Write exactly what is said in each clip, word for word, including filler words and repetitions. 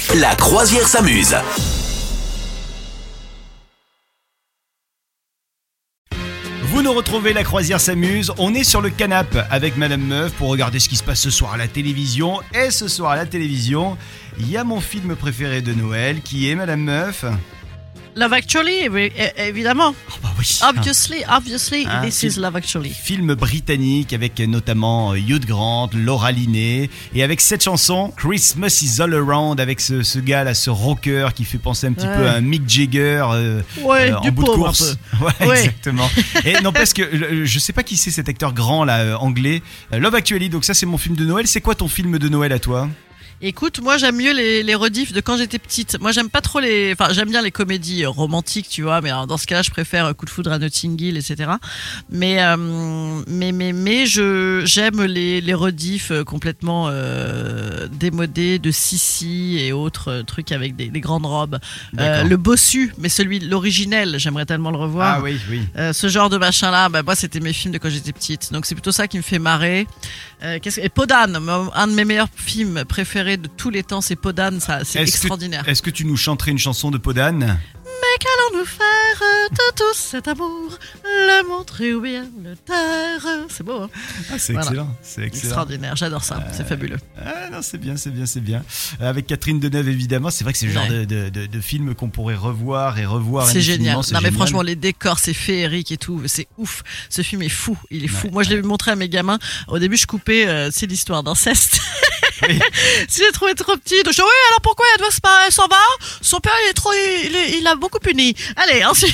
La croisière s'amuse. Vous nous retrouvez, La croisière s'amuse. On est sur le canapé avec Madame Meuf pour regarder ce qui se passe ce soir à la télévision. Et ce soir à la télévision, il y a mon film préféré de Noël qui est Madame Meuf. Love Actually, évidemment. Oh bah oui. Obviously, obviously, Hein, this film- is Love Actually. Film britannique avec notamment Hugh Grant, Laura Linney et avec cette chanson Christmas is all around avec ce, ce gars là, ce rocker qui fait penser un petit Ouais. peu à un Mick Jagger euh, Ouais, euh, du en bout de pauvre un course. peu. Ouais, Ouais. exactement. Et non parce que euh, je sais pas qui c'est cet acteur grand là euh, anglais. Euh, Love Actually. Donc ça c'est mon film de Noël. C'est quoi ton film de Noël à toi? Écoute, moi j'aime mieux les, les rediffs de quand j'étais petite. Moi j'aime pas trop les... Enfin j'aime bien les comédies euh, romantiques, tu vois, mais alors, dans ce cas-là je préfère euh, Coup de foudre à Notting Hill, et cetera. Mais, euh, mais, mais, mais je, j'aime les, les rediffs euh, complètement euh, démodés de Sissi et autres euh, trucs avec des, des grandes robes. Euh, D'accord. le bossu, mais celui, l'originel, j'aimerais tellement le revoir. Ah oui oui. Euh, ce genre de machin là, bah, moi c'était mes films de quand j'étais petite, donc c'est plutôt ça qui me fait marrer. Euh, qu'est-ce que... Et Podane, mon- un de mes meilleurs films préférés de tous les temps, c'est Podane, ça, c'est Est-ce que- extraordinaire. Est-ce que tu nous chanterais une chanson de Podane? Mais qu'allons-nous faire de tout cet amour, le montrer ou bien le taire? C'est beau, hein? Ah, c'est Voilà. excellent, c'est excellent. Extraordinaire, j'adore ça, c'est fabuleux. Ah non, c'est bien, c'est bien, c'est bien. Euh, Avec Catherine Deneuve, évidemment, c'est vrai que c'est le genre Ouais. de, de, de, de film qu'on pourrait revoir et revoir. C'est indéfiniment, génial. c'est Non mais génial. franchement les décors c'est féerique et tout, c'est ouf. Ce film est fou, il est fou. Ouais, Moi je l'ai montré à mes gamins. Au début je coupais, euh, c'est l'histoire d'inceste. Oui. Si j'ai trouvé trop petit, donc je dis oui alors pourquoi elle doit se pas, elle s'en va? Son père il est trop, il, est- il a beaucoup puni. Allez ensuite.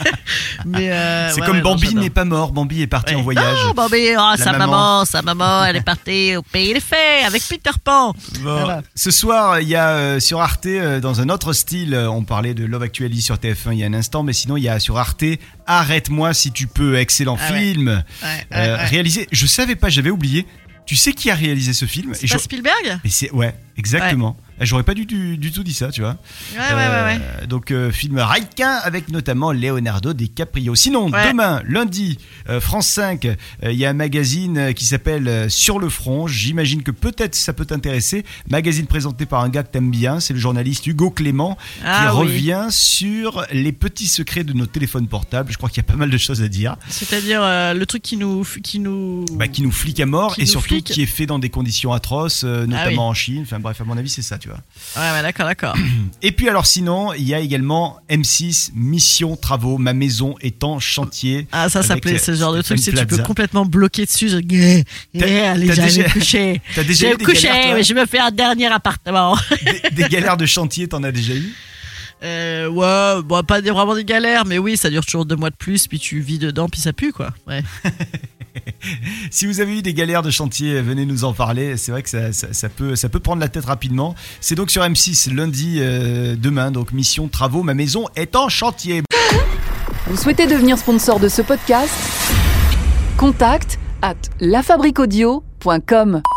Mais euh, C'est ouais, comme ouais, non, Bambi j'adore. n'est pas mort, Bambi est parti Ouais. en voyage. Non, Bambi, oh, sa maman. maman, sa maman, elle est partie au pays des fées avec Peter Pan. Bon. Voilà. Ce soir, il y a euh, sur Arte, euh, dans un autre style, euh, on parlait de Love Actually sur T F un il y a un instant, mais sinon il y a sur Arte Arrête-moi si tu peux, excellent Ah ouais. film, Ouais, euh, ouais, ouais. réalisé. Je savais pas, j'avais oublié. Tu sais qui a réalisé ce film? C'est Et pas je- Spielberg? Et c'est ouais, exactement. J'aurais pas du, du, du tout dit ça, tu vois. Ouais, ouais, ouais, ouais. Euh, Donc euh, film Raïquin avec notamment Leonardo DiCaprio. Sinon Ouais. demain lundi euh, France cinq, euh, il y a un magazine euh, qui s'appelle euh, Sur le front. J'imagine que peut-être ça peut t'intéresser. Magazine présenté par un gars que t'aimes bien, c'est le journaliste Hugo Clément qui Ah oui. revient sur les petits secrets de nos téléphones portables. Je crois qu'il y a pas mal de choses à dire. C'est-à-dire euh, le truc qui nous, qui nous. Bah, qui nous flique à mort Qui et nous surtout flique. qui est fait dans des conditions atroces, euh, notamment Ah oui. en Chine. Enfin bref, à mon avis c'est ça, tu vois. Ouais, ouais, d'accord, d'accord. Et puis alors sinon, il y a également M six, Mission Travaux, ma maison est en chantier. Ah, ça, ça Avec, plaît, euh, ce genre de truc, c'est Stéphane tu peux Plaza. complètement bloquer dessus. Je... Eh, T'as- eh, allez, t'as j'allais déjà- me coucher. T'as déjà Je eu vais des me coucher, galères, toi mais je me fais un dernier appartement. des, des galères de chantier, t'en as déjà eu? Euh, ouais, bon, pas des, vraiment des galères, mais oui, ça dure toujours deux mois de plus, puis tu vis dedans, puis ça pue, quoi. Ouais. Si vous avez eu des galères de chantier, venez nous en parler. C'est vrai que ça, ça, ça peut, ça peut prendre la tête rapidement. C'est donc sur M six lundi euh, demain. Donc Mission Travaux, ma maison est en chantier. Vous souhaitez devenir sponsor de ce podcast? Contact à la fabrique audio point com.